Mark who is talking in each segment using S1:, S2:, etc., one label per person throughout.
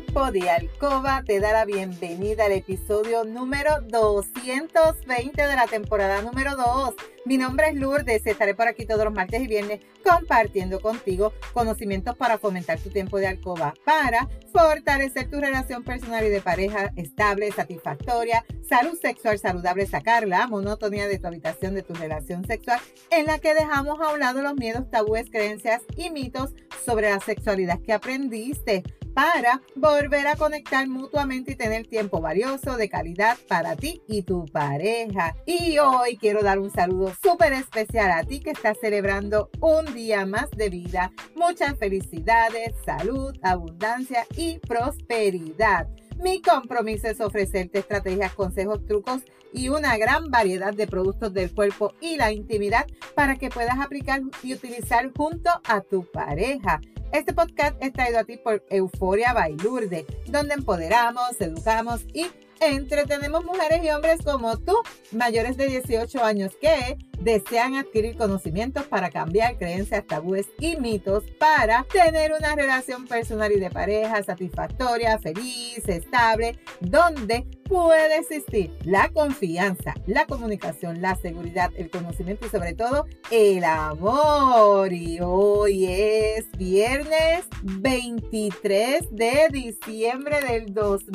S1: Tiempo de Alcoba te da la bienvenida al episodio número 220 de la temporada número 2. Mi nombre es Lourdes, estaré por aquí todos los martes y viernes compartiendo contigo conocimientos para fomentar tu tiempo de alcoba, para fortalecer tu relación personal y de pareja estable, satisfactoria, salud sexual saludable, sacar la monotonía de tu habitación, de tu relación sexual, en la que dejamos a un lado los miedos, tabúes, creencias y mitos sobre la sexualidad que aprendiste, para volver a conectar mutuamente y tener tiempo valioso de calidad para ti y tu pareja. Y hoy quiero dar un saludo súper especial a ti que estás celebrando un día más de vida. Muchas felicidades, salud, abundancia y prosperidad. Mi compromiso es ofrecerte estrategias, consejos, trucos y una gran variedad de productos del cuerpo y la intimidad para que puedas aplicar y utilizar junto a tu pareja. Este podcast es traído a ti por Euforia by Lourdes, donde empoderamos, educamos y entretenemos mujeres y hombres como tú, mayores de 18 años que desean adquirir conocimientos para cambiar creencias, tabúes y mitos para tener una relación personal y de pareja satisfactoria, feliz, estable, donde puede existir la confianza, la comunicación, la seguridad, el conocimiento y sobre todo el amor. Y hoy es viernes 23 de diciembre del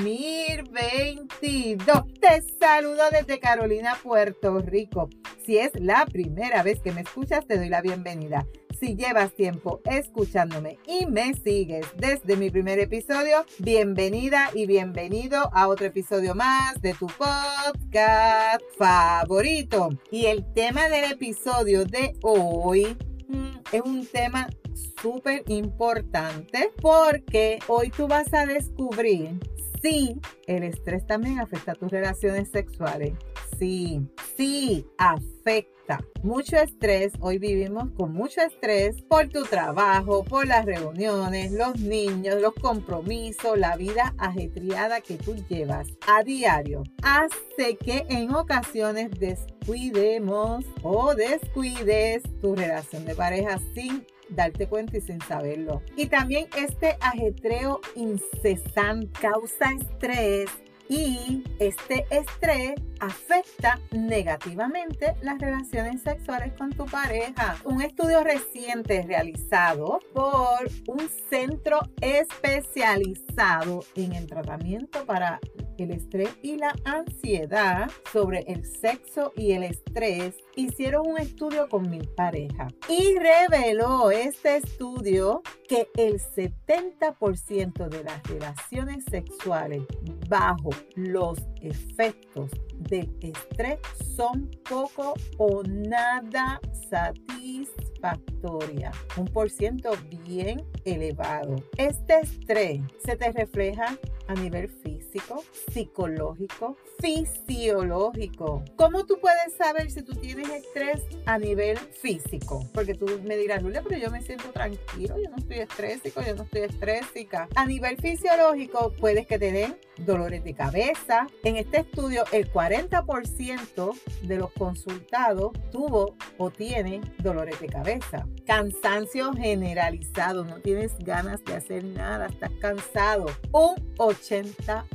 S1: 2022. Te saludo desde Carolina, Puerto Rico. Si es la primera vez que me escuchas, te doy la bienvenida. Si llevas tiempo escuchándome y me sigues desde mi primer episodio, bienvenida y bienvenido a otro episodio más de tu podcast favorito. Y el tema del episodio de hoy es un tema súper importante porque hoy tú vas a descubrir si el estrés también afecta a tus relaciones sexuales. Sí, afecta. Mucho estrés, hoy vivimos con mucho estrés por tu trabajo, por las reuniones, los niños, los compromisos, la vida ajetreada que tú llevas a diario. Hace que en ocasiones descuidemos o descuides tu relación de pareja sin darte cuenta y sin saberlo. Y también este ajetreo incesante causa estrés. Y este estrés afecta negativamente las relaciones sexuales con tu pareja. Un estudio reciente realizado por un centro especializado en el tratamiento para el estrés y la ansiedad sobre el sexo y el estrés, hicieron un estudio con 1,000 parejas y reveló este estudio que el 70% de las relaciones sexuales bajo los efectos del estrés son poco o nada satisfactorias, un % bien elevado. Este estrés se te refleja a nivel físico, psicológico, fisiológico. ¿Cómo tú puedes saber si tú tienes estrés a nivel físico? Porque tú me dirás, Lula, pero yo me siento tranquilo, yo no estoy estrésico, yo no estoy estrésica. A nivel fisiológico, puedes que te den dolores de cabeza. En este estudio, el 40% de los consultados tuvo o tiene dolores de cabeza. Cansancio generalizado, no tienes ganas de hacer nada, estás cansado. Un 80%.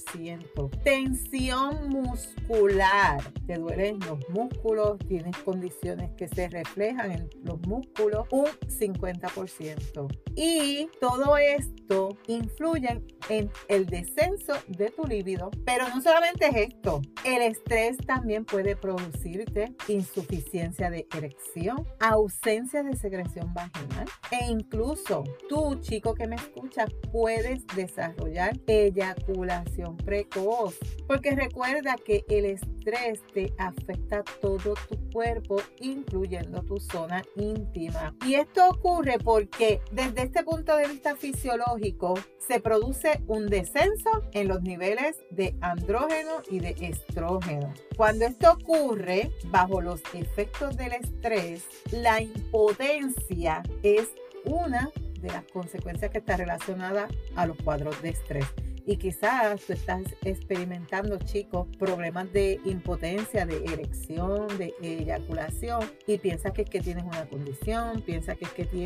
S1: Tensión muscular, te duelen los músculos, tienes condiciones que se reflejan en los músculos, un 50%. Y todo esto influye en el descenso de tu libido. Pero no solamente es esto, el estrés también puede producirte insuficiencia de erección, ausencia de secreción vaginal e incluso tú, chico que me escuchas, puedes desarrollar eyaculación precoz, porque recuerda que el estrés te afecta todo tu cuerpo, incluyendo tu zona íntima. Y esto ocurre porque desde este punto de vista fisiológico se produce un descenso en los niveles de andrógeno y de estrógeno. Cuando esto ocurre bajo los efectos del estrés, la impotencia es una de las consecuencias que está relacionada a los cuadros de estrés. Y quizás tú estás experimentando, chicos, problemas de impotencia, de erección, de eyaculación y piensas que es que tienes una condición, piensas que es que tienes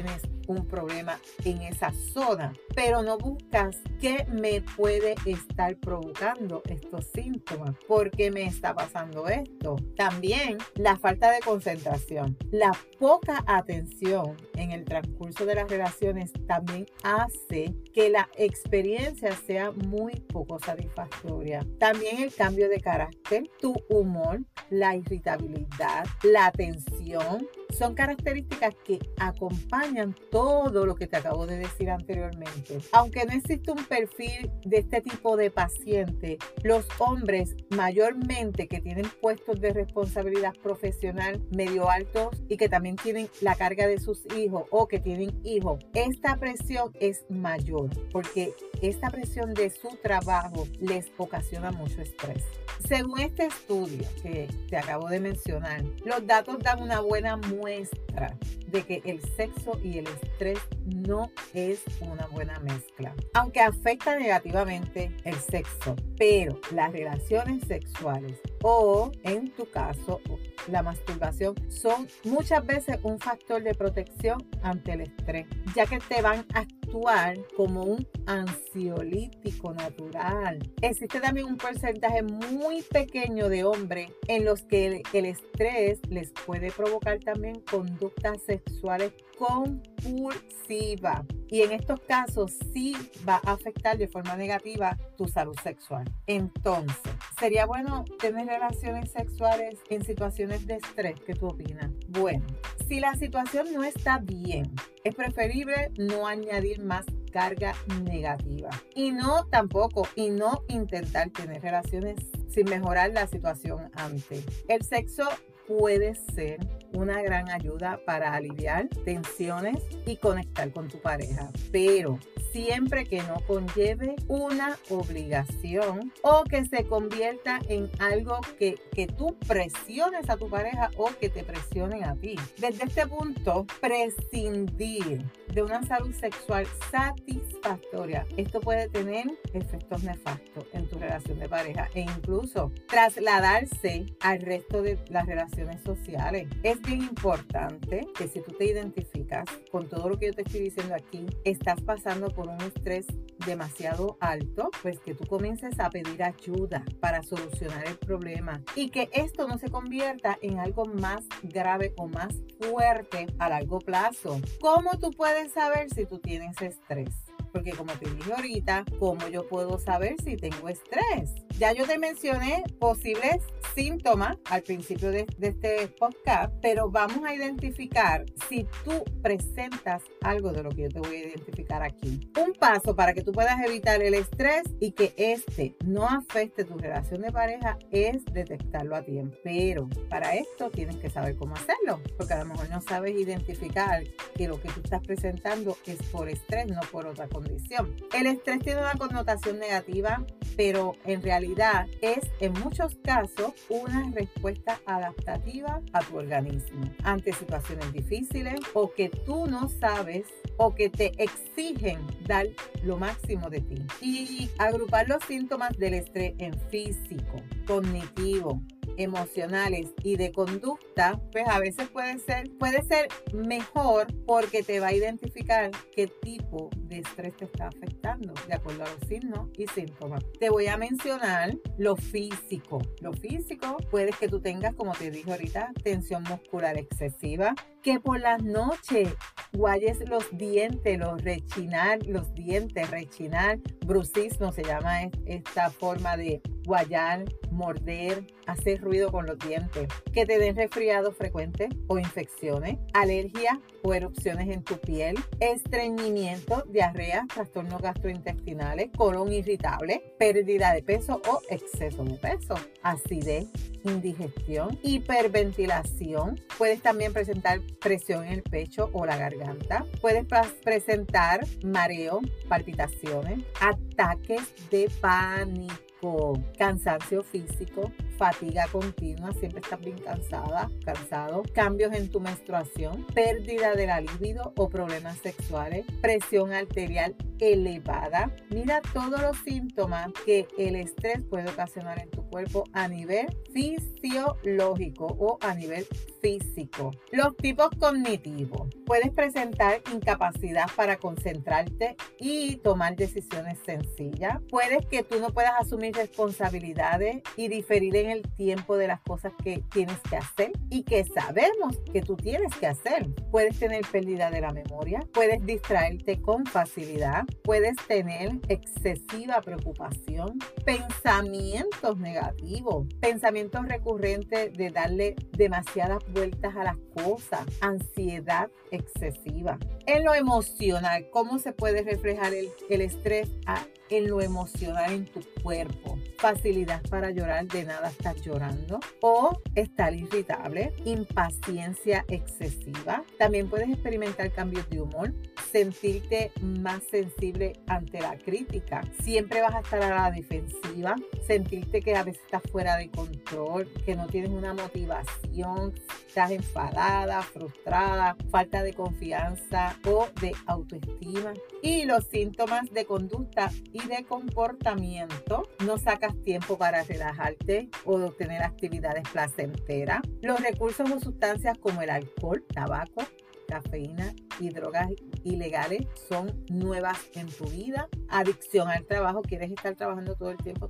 S1: un problema en esa zona, pero no buscas qué me puede estar provocando estos síntomas, por qué me está pasando esto. También la falta de concentración, la poca atención en el transcurso de las relaciones también hace que la experiencia sea muy poco satisfactoria. También el cambio de carácter, tu humor, la irritabilidad, la tensión, son características que acompañan todo lo que te acabo de decir anteriormente. Aunque no existe un perfil de este tipo de paciente, los hombres mayormente que tienen puestos de responsabilidad profesional medio altos y que también tienen la carga de sus hijos o que tienen hijos, esta presión es mayor porque esta presión de su trabajo les ocasiona mucho estrés. Según este estudio que te acabo de mencionar, los datos dan una buena muestra de que el sexo y el estrés no es una buena mezcla. Aunque afecta negativamente el sexo, pero las relaciones sexuales o, en tu caso, la masturbación son muchas veces un factor de protección ante el estrés, ya que te van a actuar como un ansiolítico natural. Existe también un porcentaje muy pequeño de hombres en los que el estrés les puede provocar también conductas sexuales compulsivas. Y en estos casos sí va a afectar de forma negativa tu salud sexual. Entonces, ¿sería bueno tener relaciones sexuales en situaciones de estrés? ¿Qué tú opinas? Bueno, si la situación no está bien, es preferible no añadir más carga negativa y no intentar tener relaciones sin mejorar la situación antes. El sexo puede ser una gran ayuda para aliviar tensiones y conectar con tu pareja, pero siempre que no conlleve una obligación o que se convierta en algo que tú presiones a tu pareja o que te presionen a ti. Desde este punto, prescindir de una salud sexual satisfactoria, esto puede tener efectos nefastos en tu relación de pareja e incluso trasladarse al resto de las relaciones sociales. Es bien importante que si tú te identificas con todo lo que yo te estoy diciendo aquí, estás pasando por un estrés demasiado alto, pues que tú comiences a pedir ayuda para solucionar el problema y que esto no se convierta en algo más grave o más fuerte a largo plazo. ¿Cómo tú puedes saber si tú tienes estrés? Porque como te dije ahorita, ¿cómo yo puedo saber si tengo estrés? Ya yo te mencioné posibles síntomas al principio de este podcast, pero vamos a identificar si tú presentas algo de lo que yo te voy a identificar aquí. Un paso para que tú puedas evitar el estrés y que este no afecte tu relación de pareja es detectarlo a tiempo. Pero para esto tienes que saber cómo hacerlo, porque a lo mejor no sabes identificar que lo que tú estás presentando es por estrés, no por otra condición. El estrés tiene una connotación negativa, pero en realidad es en muchos casos una respuesta adaptativa a tu organismo ante situaciones difíciles o que tú no sabes o que te exigen dar lo máximo de ti. Y agrupar los síntomas del estrés en físico, cognitivo, emocionales y de conducta, pues a veces puede ser mejor porque te va a identificar qué tipo de estrés te está afectando de acuerdo a los signos y síntomas. Te voy a mencionar lo físico. Lo físico puede que tú tengas, como te dije ahorita, tensión muscular excesiva, que por las noches guayes los dientes, rechinar, bruxismo se llama esta forma de guayar, morder, hacer ruido con los dientes, que te den resfriados frecuentes o infecciones, alergias o erupciones en tu piel, estreñimiento, diarrea, trastornos gastrointestinales, colon irritable, pérdida de peso o exceso de peso, acidez, indigestión, hiperventilación. Puedes también presentar presión en el pecho o la garganta. Puedes presentar mareo, palpitaciones, ataques de pánico, cansancio físico, fatiga continua, siempre estás bien cansado, cambios en tu menstruación, pérdida de la libido o problemas sexuales, presión arterial elevada. Mira todos los síntomas que el estrés puede ocasionar en tu cuerpo a nivel fisiológico o a nivel físico. Los tipos cognitivos. Puedes presentar incapacidad para concentrarte y tomar decisiones sencillas. Puedes que tú no puedas asumir responsabilidades y diferir en el tiempo de las cosas que tienes que hacer y que sabemos que tú tienes que hacer. Puedes tener pérdida de la memoria. Puedes distraerte con facilidad. Puedes tener excesiva preocupación. Pensamientos negativos. Pensamientos recurrentes de darle demasiadas vueltas a las cosas. Ansiedad excesiva. En lo emocional, ¿cómo se puede reflejar el estrés en lo emocional en tu cuerpo? Facilidad para llorar, de nada estás llorando, o estar irritable, impaciencia excesiva. También puedes experimentar cambios de humor, sentirte más sensible ante la crítica, siempre vas a estar a la defensiva, sentirte que a veces estás fuera de control, que no tienes una motivación, estás enfadada, frustrada, falta de confianza o de autoestima. Y los síntomas de conducta y de comportamiento: no sacas tiempo para relajarte o de obtener actividades placenteras. Los recursos o sustancias como el alcohol, tabaco, cafeína y drogas ilegales son nuevas en tu vida. Adicción al trabajo, quieres estar trabajando todo el tiempo.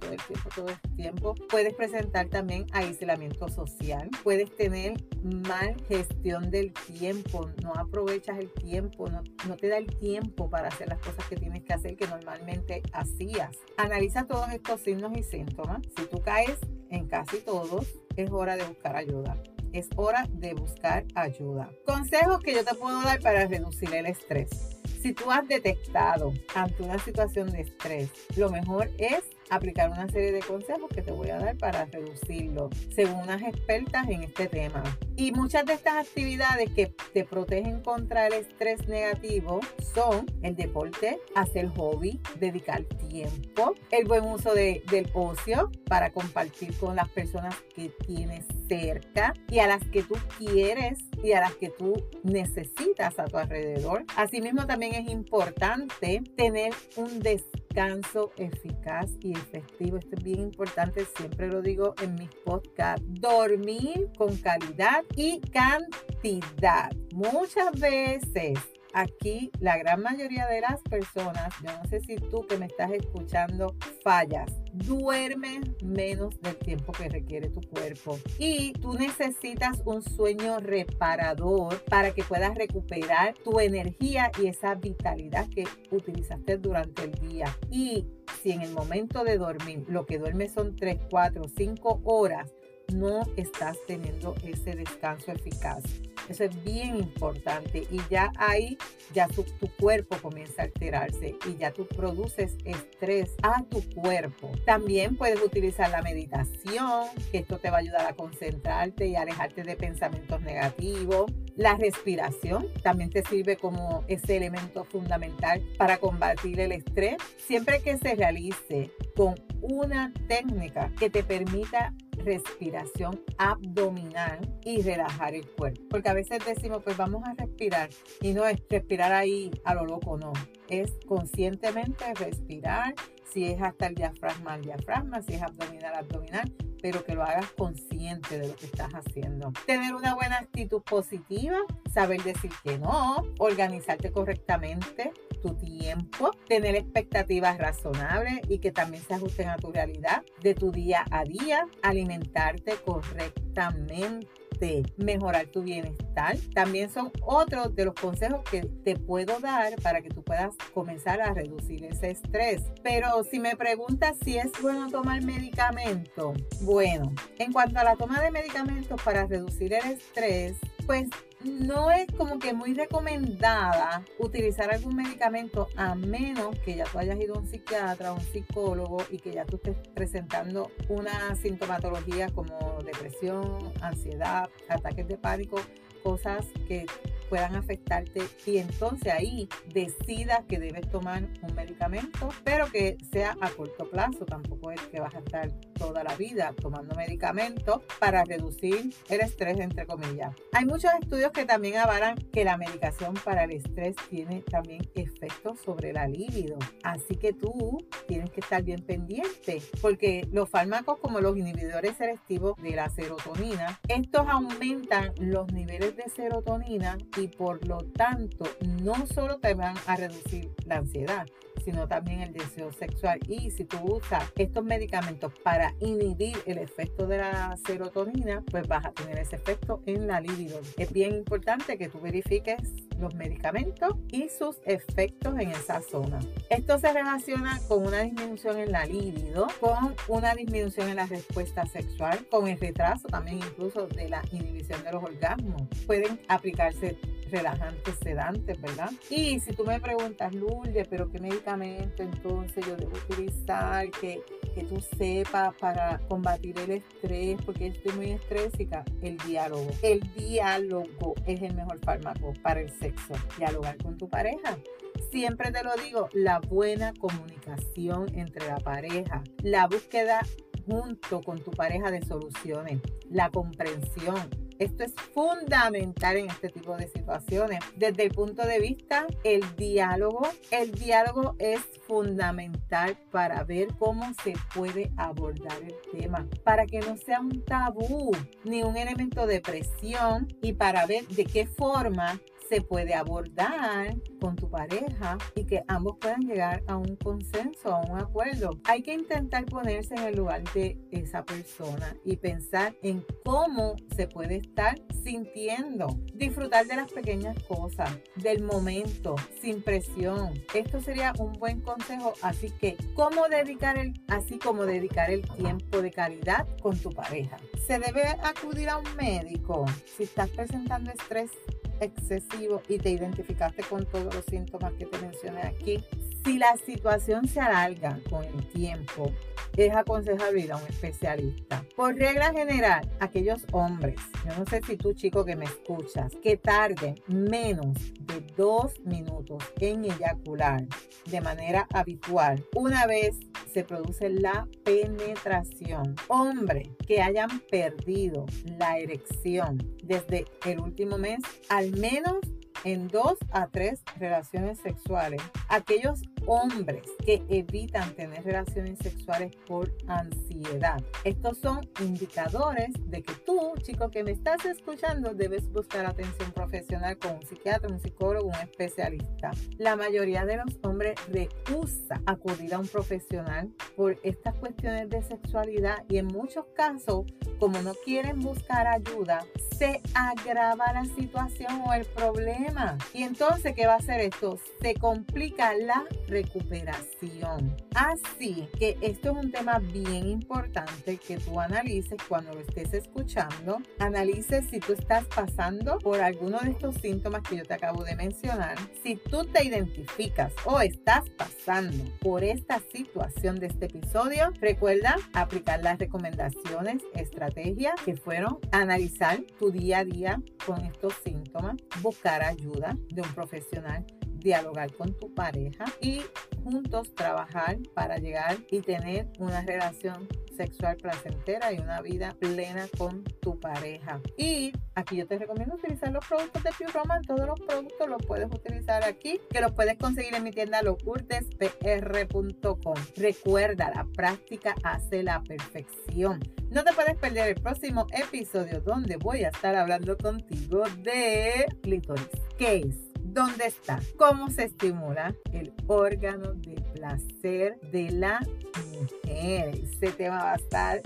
S1: Puedes presentar también aislamiento social. Puedes tener mal gestión del tiempo, no aprovechas el tiempo, no te da el tiempo para hacer las cosas que tienes que hacer que normalmente hacías. Analiza todos estos signos y síntomas. Si tú caes en casi todos, es hora de buscar ayuda. Es hora de buscar ayuda. Consejos que yo te puedo dar para reducir el estrés. Si tú has detectado ante una situación de estrés, lo mejor es aplicar una serie de consejos que te voy a dar para reducirlo, según unas expertas en este tema. Y muchas de estas actividades que te protegen contra el estrés negativo son el deporte, hacer hobby, dedicar tiempo, el buen uso del ocio para compartir con las personas que tienes cerca y a las que tú quieres y a las que tú necesitas a tu alrededor. Asimismo, también es importante tener un descanso eficaz y efectivo. Esto es bien importante, siempre lo digo en mis podcasts. Dormir con calidad y cantidad. Muchas veces aquí la gran mayoría de las personas, yo no sé si tú que me estás escuchando fallas, duermes menos del tiempo que requiere tu cuerpo y tú necesitas un sueño reparador para que puedas recuperar tu energía y esa vitalidad que utilizaste durante el día. Y si en el momento de dormir lo que duermes son 3, 4, 5 horas, no estás teniendo ese descanso eficaz. Eso es bien importante y ya ahí tu cuerpo comienza a alterarse y ya tú produces estrés a tu cuerpo. También puedes utilizar la meditación, que esto te va a ayudar a concentrarte y alejarte de pensamientos negativos. La respiración también te sirve como ese elemento fundamental para combatir el estrés, siempre que se realice con una técnica que te permita respiración abdominal y relajar el cuerpo. Porque a veces decimos, pues vamos a respirar, y no es respirar ahí a lo loco, no. Es conscientemente respirar, si es hasta el diafragma, si es abdominal, pero que lo hagas consciente de lo que estás haciendo. Tener una buena actitud positiva, saber decir que no, organizarte correctamente tu tiempo, tener expectativas razonables y que también se ajusten a tu realidad de tu día a día, alimentarte correctamente, mejorar tu bienestar. También son otros de los consejos que te puedo dar para que tú puedas comenzar a reducir ese estrés. Pero si me preguntas si es bueno tomar medicamento, bueno, en cuanto a la toma de medicamentos para reducir el estrés, pues no es como que muy recomendada utilizar algún medicamento a menos que ya tú hayas ido a un psiquiatra o un psicólogo y que ya tú estés presentando una sintomatología como depresión, ansiedad, ataques de pánico, cosas que puedan afectarte y entonces ahí decidas que debes tomar un medicamento, pero que sea a corto plazo. Tampoco es que vas a estar toda la vida tomando medicamentos para reducir el estrés, entre comillas. Hay muchos estudios que también avalan que la medicación para el estrés tiene también efectos sobre la libido. Así que tú tienes que estar bien pendiente, porque los fármacos como los inhibidores selectivos de la serotonina, estos aumentan los niveles de serotonina y por lo tanto no solo te van a reducir la ansiedad, sino también el deseo sexual. Y si tú usas estos medicamentos para inhibir el efecto de la serotonina, pues vas a tener ese efecto en la libido. Es bien importante que tú verifiques los medicamentos y sus efectos en esa zona. Esto se relaciona con una disminución en la libido, con una disminución en la respuesta sexual, con el retraso también incluso de la inhibición de los orgasmos. Pueden aplicarse relajantes, sedantes, ¿verdad? Y si tú me preguntas, Lourdes, ¿pero qué medicamento entonces yo debo utilizar que tú sepas para combatir el estrés? Porque estoy muy estrésica. El diálogo. El diálogo es el mejor fármaco para el sexo. Dialogar con tu pareja. Siempre te lo digo, la buena comunicación entre la pareja, la búsqueda junto con tu pareja de soluciones, la comprensión. Esto es fundamental en este tipo de situaciones. Desde el punto de vista, el diálogo es fundamental para ver cómo se puede abordar el tema, para que no sea un tabú ni un elemento de presión y para ver de qué forma se puede abordar con tu pareja y que ambos puedan llegar a un consenso, a un acuerdo. Hay que intentar ponerse en el lugar de esa persona y pensar en cómo se puede estar sintiendo. Disfrutar de las pequeñas cosas, del momento, sin presión. Esto sería un buen consejo. Así que, así como dedicar el tiempo de calidad con tu pareja. Se debe acudir a un médico si estás presentando estrés excesivo y te identificaste con todos los síntomas que te mencioné aquí. Si la situación se alarga con el tiempo, es aconsejable ir a un especialista. Por regla general, aquellos hombres, yo no sé si tú chico que me escuchas, que tarden menos de 2 minutos en eyacular de manera habitual, una vez se produce la penetración. Hombres que hayan perdido la erección desde el último mes, al menos en 2 a 3 relaciones sexuales. Aquellos hombres que evitan tener relaciones sexuales por ansiedad. Estos son indicadores de que tú, chico que me estás escuchando, debes buscar atención profesional con un psiquiatra, un psicólogo, un especialista. La mayoría de los hombres rehúsa acudir a un profesional por estas cuestiones de sexualidad y en muchos casos, como no quieren buscar ayuda, se agrava la situación o el problema. Y entonces, ¿qué va a hacer esto? Se complica la recuperación. Así que esto es un tema bien importante que tú analices cuando lo estés escuchando. Analices si tú estás pasando por alguno de estos síntomas que yo te acabo de mencionar. Si tú te identificas o estás pasando por esta situación de este episodio, recuerda aplicar las recomendaciones, estrategias que fueron analizar tu día a día con estos síntomas, buscar ayuda de un profesional, dialogar con tu pareja y juntos trabajar para llegar y tener una relación sexual placentera y una vida plena con tu pareja. Y aquí yo te recomiendo utilizar los productos de Pure Romance. Todos los productos los puedes utilizar aquí, que los puedes conseguir en mi tienda lourdespr.com. Recuerda, la práctica hace la perfección. No te puedes perder el próximo episodio donde voy a estar hablando contigo de clítoris. ¿Qué es? ¿Dónde está? ¿Cómo se estimula el órgano de placer de la mujer? Ese tema va a estar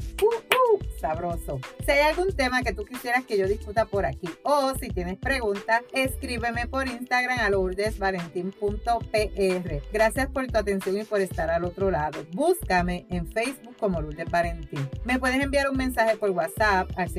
S1: sabroso. Si hay algún tema que tú quisieras que yo discuta por aquí o si tienes preguntas, escríbeme por Instagram a lourdesvalentin.pr. Gracias por tu atención y por estar al otro lado. Búscame en Facebook como Lourdes Valentín. Me puedes enviar un mensaje por WhatsApp al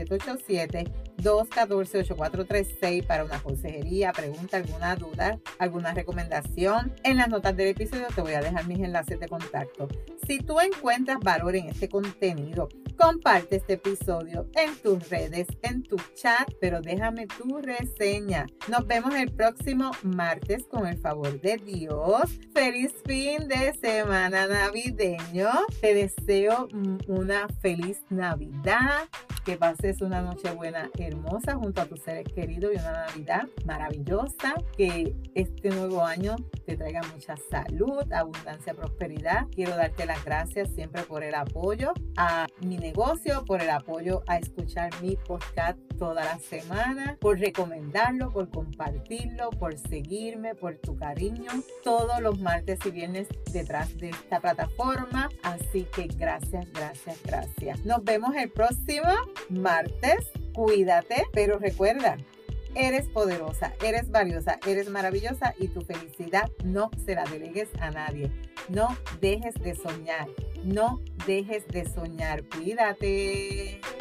S1: 787-214-8436 para una consejería, pregunta, alguna duda, alguna recomendación. En las notas del episodio te voy a dejar mis enlaces de contacto. Si tú encuentras valor en este contenido, Comparte este episodio en tus redes, en tu chat, pero déjame tu reseña. Nos vemos el próximo martes con el favor de Dios. Feliz fin de semana navideño. Te deseo una feliz Navidad. Que pases una Nochebuena hermosa junto a tus seres queridos y una Navidad maravillosa. Que este nuevo año te traiga mucha salud, abundancia, prosperidad. Quiero darte las gracias siempre por el apoyo a mi negocio, por el apoyo a escuchar mi podcast toda la semana, por recomendarlo, por compartirlo, por seguirme, por tu cariño todos los martes y viernes detrás de esta plataforma. Así que gracias. Nos vemos el próximo martes. Cuídate, pero recuerda, eres poderosa, eres valiosa, eres maravillosa y tu felicidad no se la delegues a nadie. No dejes de soñar, no dejes de soñar. Cuídate.